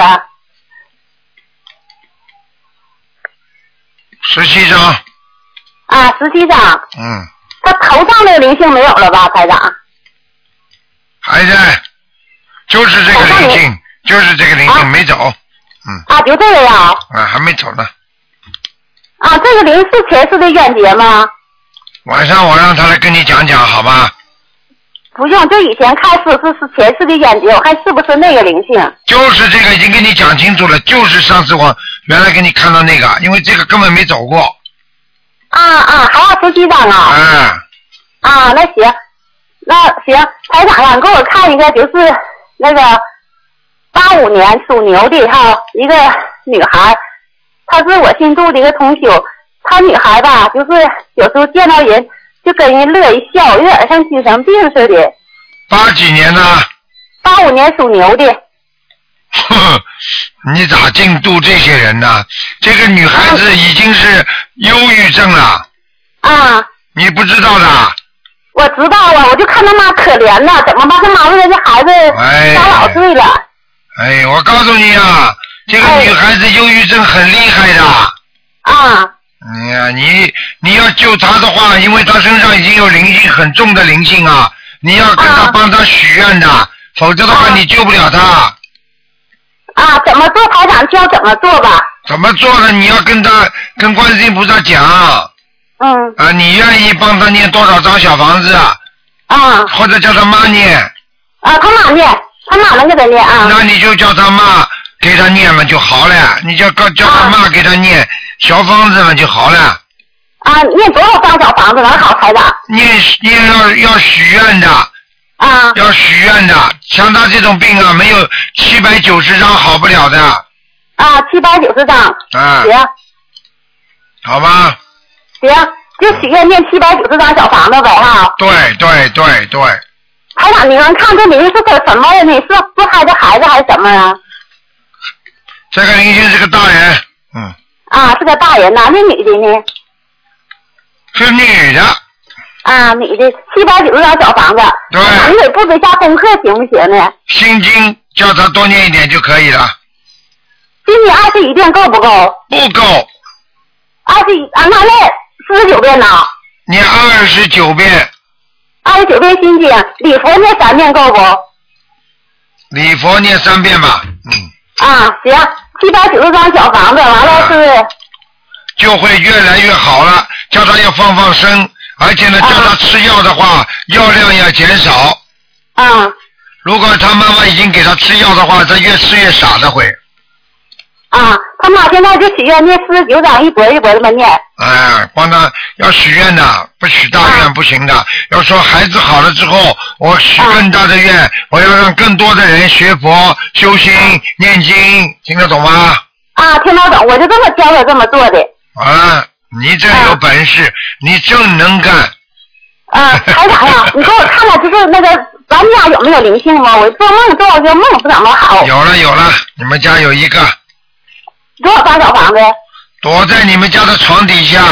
十七张。 啊，十七张。 嗯。 他头上那个灵性没有了吧，台长？ 还在，就是这个灵性，就是这个灵性、啊、没走。嗯。 啊，就这个呀。 啊，还没走呢。 啊，这个灵是前世的冤结吗？ 晚上我让他来跟你讲讲，好吧？ 不用，这以前看是是是前世的冤结，我看是不是那个灵性？ 就是这个，已经跟你讲清楚了，就是上次我原来给你看到那个，因为这个根本没走过。 啊啊，还要十七张啊！ 嗯。 啊，那行，那行，台长啊，你给我看一个，就是那个八五年属牛的哈，一个女孩，她是我新住的一个同修，她女孩吧，就是有时候见到人就跟人乐一笑，有点像精神病似的。 八几年的？ 八五年属牛的。 呵呵，你咋净度这些人呢？这个女孩子已经是忧郁症了。 啊。 你不知道的？ 我知道啊，我就看他妈可怜了，怎么办？他妈为了这孩子遭老罪了。 哎，我告诉你啊，这个女孩子忧郁症很厉害的。 啊。 哎呀，你你要救她的话，因为她身上已经有灵性很重的灵性啊，你要跟她帮她许愿的，啊、否则的话你救不了她。 啊，怎么做？台长教怎么做吧？ 怎么做呢？你要跟她跟观世音菩萨讲。 嗯。 啊，你愿意帮她念多少张小房子啊？ 啊。 或者叫她妈念。 啊，他妈念，他妈能给他念啊。 那你就叫他妈给他念嘛就好了，你叫叫他妈给他念、啊、小房子嘛就好了。 啊，念多少张小房子能好台长？ 念念要要许愿的。 啊。 要许愿的，像他这种病啊，没有七百九十张好不了的。 啊，七百九十张。 啊。 行。 好吧。 行，就许愿念七百九十张小房子呗哈。 对对对对。 台长，你们看这灵是个什么呀？你是是他的孩子还是什么啊？ 这个灵性是个大人，嗯。 啊，是个大人，男的女的呢？ 是女的。 啊，女的，七百九十张小房子。 对。 你给布置一下功课行不行呢？ 心经叫他多念一点就可以了。 心经二十一遍够不够？ 不够。 二十一啊，那那四十九遍呢？ 念二十九遍。 二十九遍心经，礼佛念三遍够不？ 礼佛念三遍吧，嗯。 啊，行，七百九十张小房子，完了是、啊。 就会越来越好了，叫他要放放生，而且呢，叫他吃药的话，啊、药量要减少。 啊。 如果他妈妈已经给他吃药的话，他越吃越傻的会。 啊，他妈现在就许愿念四十九章，一波一波这么念。 哎，帮他要许愿的，不许大愿不行的。啊、要说孩子好了之后，我许更大的愿，啊、我要让更多的人学佛、修心、啊、念经，听得懂吗？ 啊，听得懂，我就这么教他这么做的。 啊，你真有本事，啊、你真能干。 啊，台长呀，你给我看看，就是那个咱们家有没有灵性吗？我做梦做个梦不怎么好。 有了有了，你们家有一个。 多少张小房子？ 躲在你们家的床底下。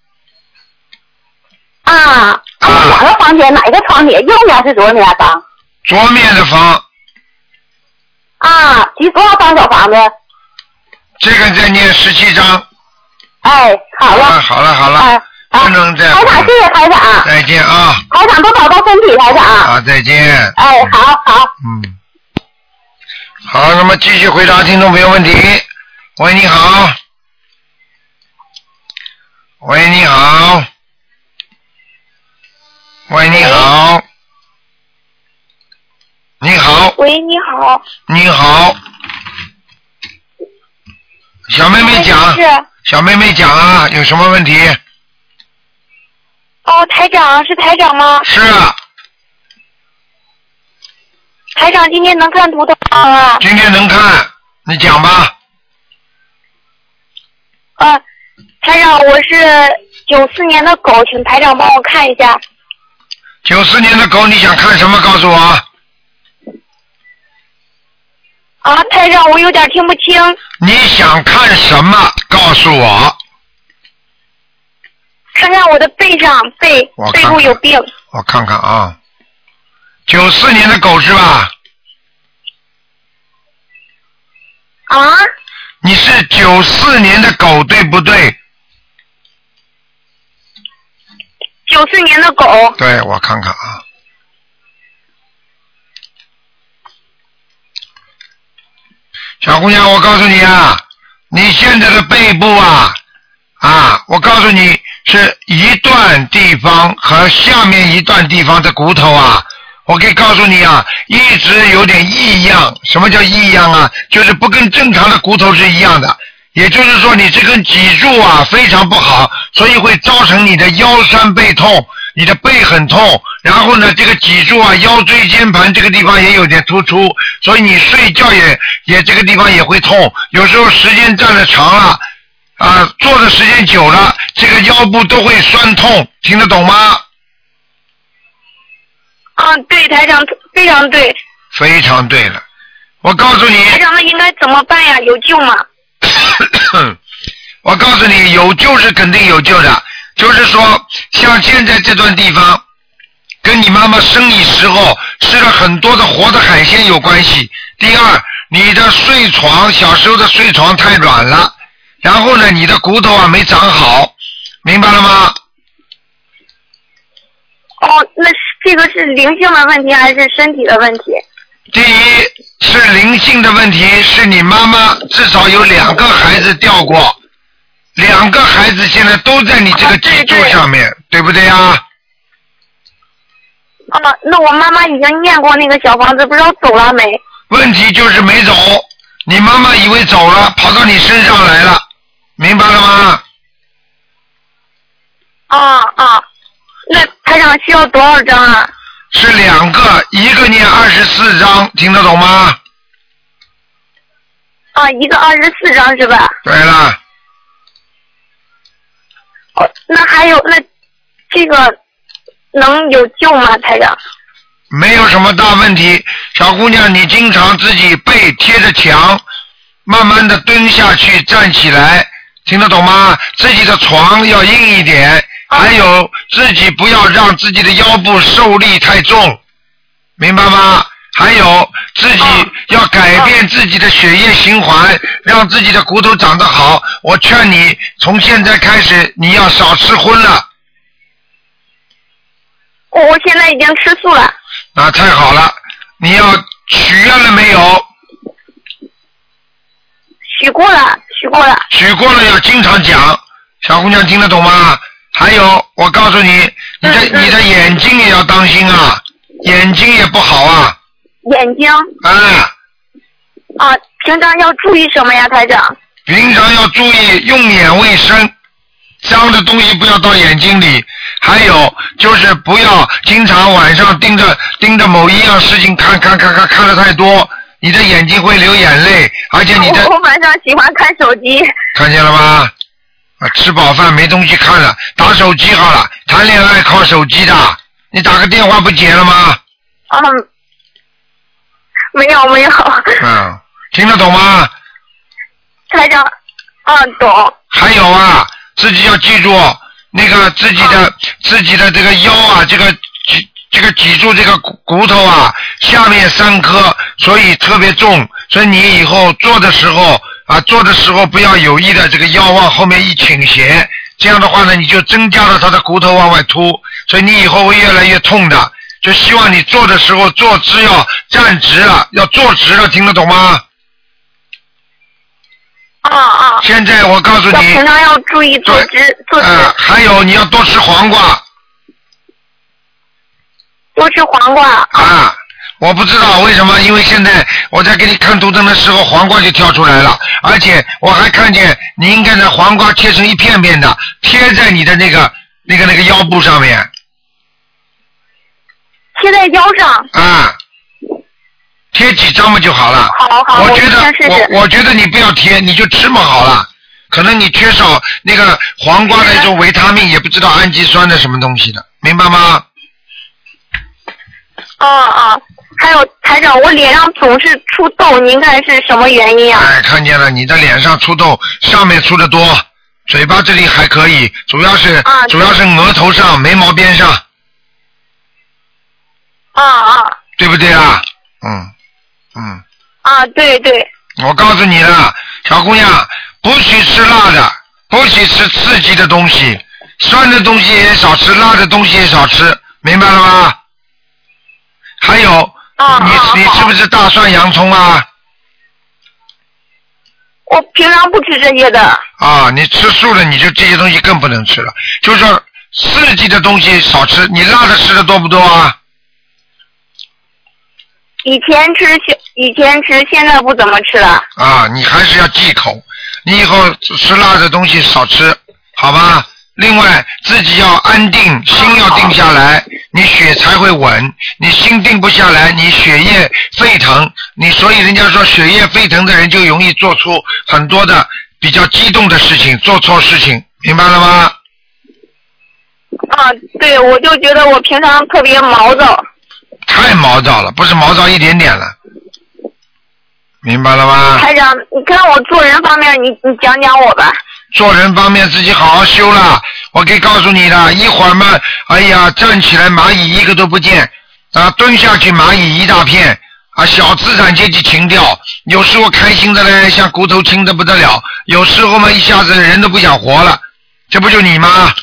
啊，啊两个房间，哪个床底？右面是左面房？ 左面的房。 啊，几多少张小房子？ 这个再念十七张。 哎，好了。 啊、好了好了。哎、啊，不能再。 台长，谢谢台长。 再见啊。 台长，多保重身体，台长。 好，再见。 哎，好好。 嗯。好，那么继续回答听众朋友问题。喂，你好。喂，你好。喂，你好。你好。 喂，你好。 你好。小妹妹讲。小妹妹讲啊，有什么问题？ 哦，台长，是台长吗？ 是啊。 台长，今天能看图腾吗？ 今天能看，你讲吧。 啊，台长，我是九四年的狗，请台长帮我看一下。 九四年的狗，你想看什么？告诉我。 啊，台长，我有点听不清。 你想看什么？告诉我。 看看我的背上，背背部有病。 我看看啊，九四年的狗是吧？ 啊？ 你是九四年的狗对不对？ 九四年的狗。 对，我看看啊。小姑娘，我告诉你啊，你现在的背部啊啊，我告诉你是一段地方和下面一段地方的骨头啊，我可以告诉你啊，一直有点异样。什么叫异样啊？就是不跟正常的骨头是一样的。也就是说，你这根脊柱啊非常不好，所以会造成你的腰酸背痛，你的背很痛。然后呢，这个脊柱啊、腰椎间盘这个地方也有点突出，所以你睡觉也也这个地方也会痛。有时候时间站得长了，啊，坐的时间久了，这个腰部都会酸痛，听得懂吗？ 啊，对，台长，非常对。 非常对了，我告诉你。 台长，那应该怎么办呀？有救吗？ 我告诉你，有救是肯定有救的。就是说，像现在这段地方，跟你妈妈生你时候吃了很多的活的海鲜有关系。第二，你的睡床小时候的睡床太软了，然后呢，你的骨头啊没长好，明白了吗？ 哦，那这个是灵性的问题还是身体的问题？ 第一是灵性的问题，是你妈妈至少有两个孩子掉过，两个孩子现在都在你这个脊柱上面，啊、对, 对, 对不对啊？ 啊，那我妈妈已经念过那个小房子，不知道走了没？ 问题就是没走，你妈妈以为走了，跑到你身上来了，明白了吗？ 啊啊，那台长需要多少张啊？ 是两个，一个念二十四章，听得懂吗？ 啊，一个二十四章是吧？ 对了。 哦，那还有那这个能有救吗，台长？ 没有什么大问题，小姑娘，你经常自己背贴着墙，慢慢的蹲下去，站起来，听得懂吗？自己的床要硬一点。还有自己不要让自己的腰部受力太重，明白吗？还有自己要改变自己的血液循环，让自己的骨头长得好。我劝你从现在开始你要少吃荤了。 我我现在已经吃素了。 那太好了，你要许愿了没有？ 许过了，许过了。 许过了要经常讲，小姑娘听得懂吗？还有，我告诉你，你的、嗯、你的眼睛也要当心啊，眼睛也不好啊。 眼睛。 啊。 啊，平常要注意什么呀，台长？ 平常要注意用眼卫生，脏的东西不要到眼睛里。还有就是不要经常晚上盯着盯着某一样事情看看看看看得太多，你的眼睛会流眼泪，而且你的。 我晚上喜欢看手机。 看见了吗？吃饱饭没东西看了，打手机好了。谈恋爱靠手机的，你打个电话不接了吗？ 嗯，没有没有。 嗯，听得懂吗？ 台长，嗯，懂。 还有啊，自己要记住那个自己的、嗯、自己的这个腰啊，这个脊这个脊柱这个骨骨头啊，下面三颗，所以特别重，所以你以后做的时候。啊，做的时候不要有意的这个腰往后面一倾斜，这样的话呢，你就增加了它的骨头往外凸，所以你以后会越来越痛的。就希望你做的时候坐姿要站直了，要坐直了，听得懂吗？ 啊啊！ 现在我告诉你， 平常要注意坐直，坐直。 呃，还有你要多吃黄瓜。 多吃黄瓜。 啊。我不知道为什么，因为现在我在给你看图腾的时候，黄瓜就跳出来了，而且我还看见你应该拿黄瓜切成一片片的，贴在你的那个那个那个腰部上面。 贴在腰上。 啊，贴几张嘛就好了。 好好， 我觉得我我我觉得你不要贴，你就吃嘛好了。可能你缺少那个黄瓜的一种维他命，也不知道氨基酸的什么东西的，明白吗？ 哦哦。 还有台长，我脸上总是出痘，您看是什么原因啊？ 哎，看见了，你的脸上出痘，上面出的多，嘴巴这里还可以，主要是、 啊、 主要是额头上、眉毛边上。 啊啊。 对不对啊？嗯嗯。 啊，对对。 我告诉你了，小姑娘，不许吃辣的，不许吃刺激的东西，酸的东西也少吃，辣的东西也少吃，明白了吗？还有， 啊、 你啊你吃不吃大蒜、洋葱啊？ 我平常不吃这些的。 啊，你吃素的，你就这些东西更不能吃了。就是说，刺激的东西少吃，你辣的吃的多不多啊？ 以前吃，以前吃，现在不怎么吃了。 啊，你还是要忌口，你以后吃辣的东西少吃，好吧？另外，自己要安定，心要定下来，你血才会稳。你心定不下来，你血液沸腾，你所以人家说血液沸腾的人就容易做出很多的比较激动的事情，做错事情，明白了吗？ 啊，对，我就觉得我平常特别毛躁。 太毛躁了，不是毛躁一点点了，明白了吗？ 台长，你看我做人方面，你你讲讲我吧。 做人方面自己好好修了，我可以告诉你的，一会儿嘛，哎呀，站起来蚂蚁一个都不见，啊，蹲下去蚂蚁一大片，啊，小资产阶级情调，有时候开心的嘞，像骨头轻的不得了，有时候嘛，一下子人都不想活了，这不就你吗？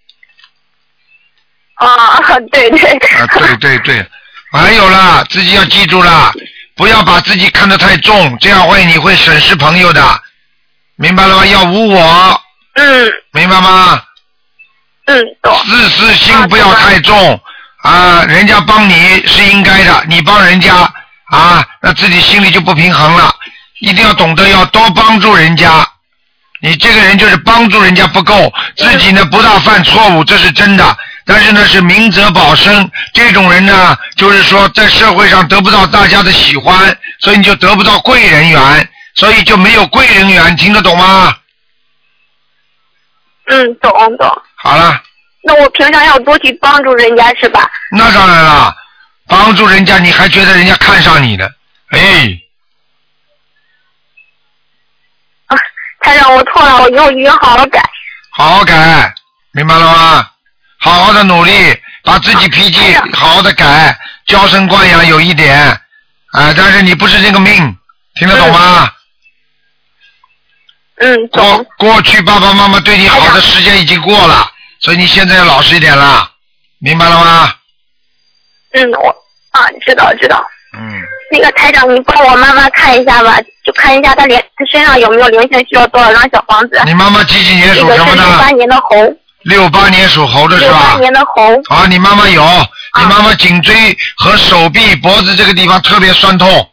啊，对对。 啊，对对对，还有啦，自己要记住啦，不要把自己看得太重，这样会你会损失朋友的。明白了吗？要无我。 嗯。 明白吗？ 嗯，懂。 自私心不要太重啊！人家帮你是应该的，你帮人家啊，那自己心里就不平衡了。一定要懂得要多帮助人家。你这个人就是帮助人家不够，自己呢不大犯错误，这是真的。但是呢是明哲保身，这种人呢就是说在社会上得不到大家的喜欢，所以你就得不到贵人缘。所以就没有贵人缘，听得懂吗？ 嗯，懂懂。 好了。 那我平常要多去帮助人家是吧？ 那当然了，帮助人家你还觉得人家看上你呢？哎。 啊，台长，我错了，我以后一定好好改。 好好改，明白了吗？好好的努力，把自己脾气好好的改，娇生惯养有一点，啊、呃，但是你不是这个命，听得懂吗？ 嗯嗯， 过过去爸爸妈妈对你好的时间已经过了，所以你现在要老实一点了，明白了吗？ 嗯，我啊，知道知道。 嗯。 那个台长，你帮我妈妈看一下吧，就看一下她脸，她身上有没有灵性，需要多少张小房子？ 你妈妈几几年属什么的？ 六八年的猴。 六八年属猴的是吧？ 六八年的猴。 啊，你妈妈有，你妈妈颈椎和手臂、脖子这个地方特别酸痛。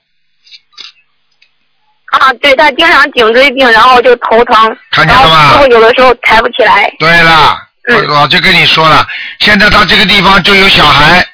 啊，对，他经常颈椎病，然后就头疼， 看见了吗？ 然后有的时候抬不起来。 对了， 嗯、 我就跟你说了，现在他这个地方就有小孩。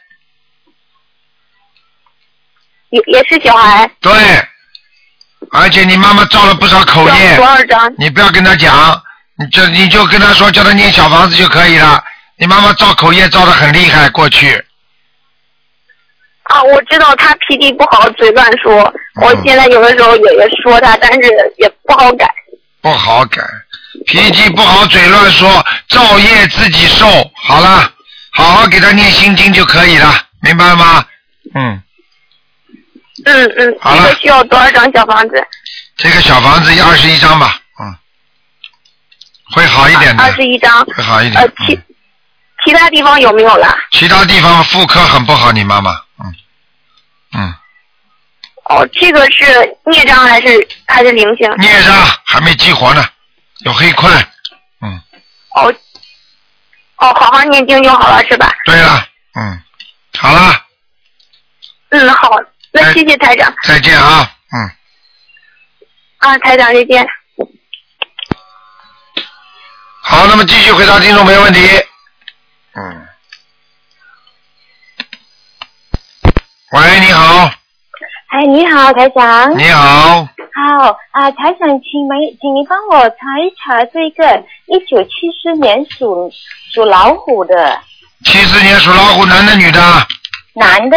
也也是小孩。 对，而且你妈妈造了不少口业。 多少张？ 你不要跟他讲，你就你就跟他说，叫他念小房子就可以了。你妈妈造口业造得很厉害，过去。 啊，我知道他脾气不好，嘴乱说。嗯、我现在有的时候也也说他，但是也不好改。 不好改，脾气不好，嘴乱说，造业自己受。好了，好好给他念心经就可以了，明白吗？嗯。 嗯嗯。 好了。 这个需要多少张小房子？ 这个小房子二十一张吧，嗯，会好一点的。 二十一张。 会好一点。 呃，其、嗯、其他地方有没有了？ 其他地方妇科很不好，你妈妈。嗯嗯， 哦，这个是孽障还是还是灵性？ 孽障还没激活呢，有黑块。嗯。 哦哦，好好念经就好了，是吧？ 对了，嗯，好了。 嗯，好，那谢谢台长。 再见啊，嗯。 啊，台长再见。 好，那么继续回答听众没问题。嗯。喂，你好。 哎，你好，台长。 你好。 好啊，台长，请没，请你帮我查一查这个一九七四年属属老虎的。 七四年属老虎，男的女的？ 男的。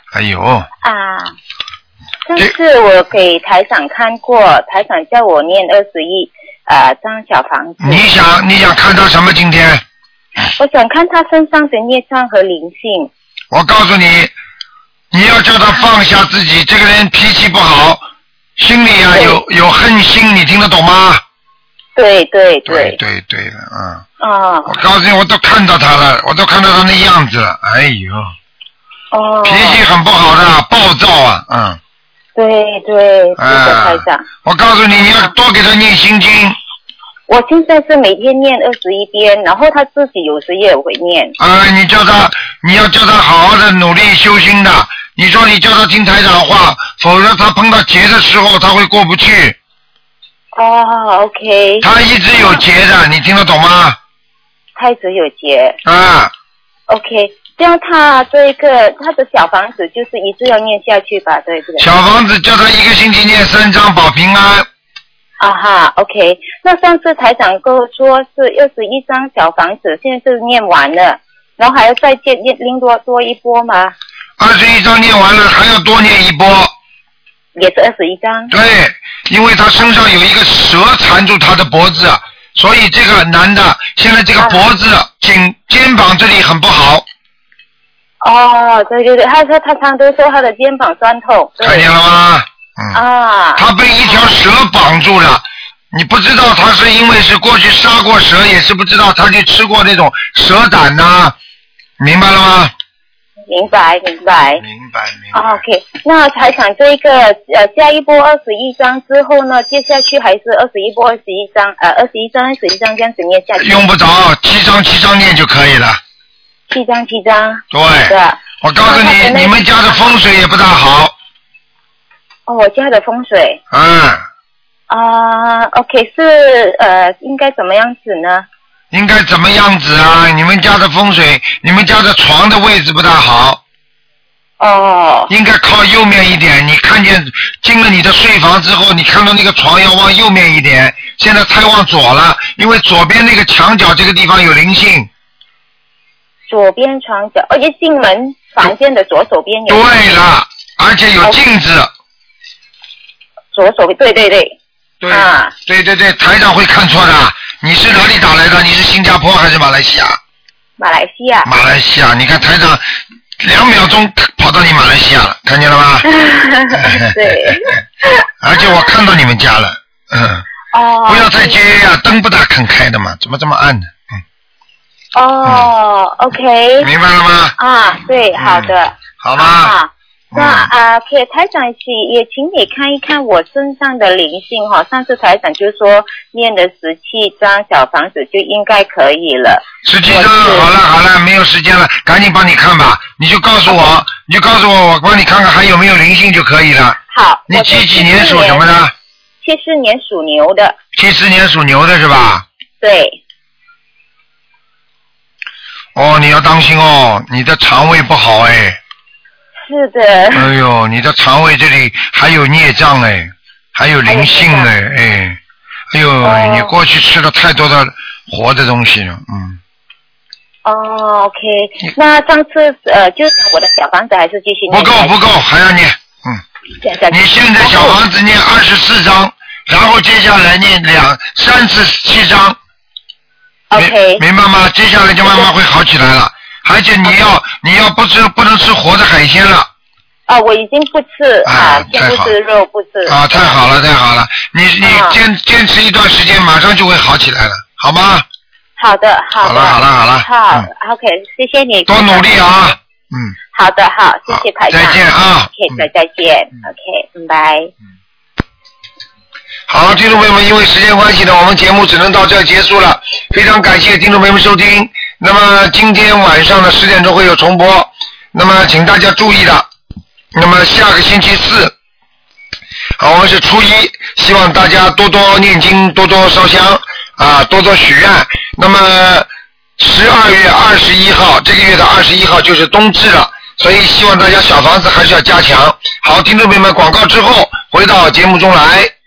哎呦。 啊，上次我给台长看过，台长叫我念二十一啊张小房子。 你想你想看他什么？今天？ 我想看他身上的孽障和灵性。 我告诉你，你要叫他放下自己，这个人脾气不好，心里啊有有恨心，你听得懂吗？ 对对对对对的，嗯。 啊。 我告诉你，我都看到他了，我都看到他那样子了，哎呦。 哦。 脾气很不好的，暴躁啊，嗯。 对对，是的，台长。 我告诉你，你要多给他念心经。 我现在是每天念二十一遍，然后他自己有时也会念。 啊，你叫他，你要叫他好好的努力修心的。你说你叫他听台长话，否则他碰到劫的时候他会过不去。 哦 ，OK。 他一直有劫的，你听得懂吗？ 他一直有劫。 啊。 OK， 这样他这个他的小房子就是一直要念下去吧，对不对？ 小房子叫他一个星期念三张保平安。 啊哈 ，OK。那上次台长跟我说是二十一张小房子，现在是念完了，然后还要再念念另多多一波吗？ 二十一张念完了，还要多念一波。 也是二十一张。 对，因为他身上有一个蛇缠住他的脖子，所以这个男的现在这个脖子、啊、颈、肩膀这里很不好。 哦，对对对，他说他常都说他的肩膀酸痛。 看见了吗？嗯。 啊。 他被一条蛇绑住了，你不知道他是因为是过去杀过蛇，也是不知道他去吃过那种蛇胆呐、啊，明白了吗？ 明白明白。 明白明白。 OK， 那台长这个呃下一波二十一章之后呢，接下去还是二十一波二十一章呃二十一章二十一章这样子念下去。 用不着七章七章念就可以了。 七章七章。 对。我告诉你，你们家的风水也不大好。 哦，我家的风水。 嗯。 啊、呃、，OK， 是呃，应该怎么样子呢？ 应该怎么样子啊？你们家的风水，你们家的床的位置不大好。 哦。 应该靠右面一点。你看见进了你的睡房之后，你看到那个床要往右面一点，现在太往左了，因为左边那个墙角这个地方有灵性。 左边床角，而且进门房间的左手边有。 对了，而且有镜子。哦、 左手边，对对对。 对。啊。对对对，台长会看错的。你是哪里打来的？你是新加坡还是马来西亚？ 马来西亚。马来西亚，你看台长两秒钟跑到你马来西亚了，看见了吗？ 对。 而且我看到你们家了，嗯。 哦。 不要太节约呀，灯不大肯开的嘛，怎么这么暗呢？ 嗯。哦、嗯、，OK。 明白了吗？ 啊，对，好的。 嗯、好吗？ 啊。那啊，可以台长也请你看一看我身上的灵性哈。上次台长就说念了十七张小房子就应该可以了。 十七张，好了好了，没有时间了，赶紧帮你看吧。你就告诉我， okay. 你就告诉我，我帮你看看还有没有灵性就可以了。 好。 你几几年属什么的？ 七四年属牛的。 七四年属牛的是吧？ 对。 哦，你要当心哦，你的肠胃不好哎。 是的。 哎呦，你的肠胃这里还有孽障哎，还有灵性哎哎，哎呦、哦，你过去吃了太多的活的东西了，嗯。 哦 ，OK， 那上次呃，就是我的小房子还是继续念。 不够不够，还要念，嗯。你现在小房子念二十四章，然后接下来念两三十七章。 OK。 明白吗？接下来就慢慢会好起来了。而且你要、okay. 你要不吃不能吃活的海鲜了。 啊，我已经不吃啊，先不吃肉不吃。 啊，太好了太好了，你你坚、啊、坚持一段时间，马上就会好起来了，好吗？ 好的好的。 好了好了好了。 好、嗯、，OK， 谢谢你。 多努力啊！嗯。 好的好，谢谢台长。 再见啊 ！OK， 再再见。嗯、OK， 拜。 好，听众朋友们，因为时间关系呢，我们节目只能到这儿结束了。非常感谢听众朋友们收听。那么今天晚上的十点钟会有重播，那么请大家注意的。那么下个星期四，好，我们是初一，希望大家多多念经，多多烧香啊，多多许愿。那么十二月二十一号，这个月的二十一号就是冬至了，所以希望大家小房子还是要加强。好，听众朋友们，广告之后回到节目中来。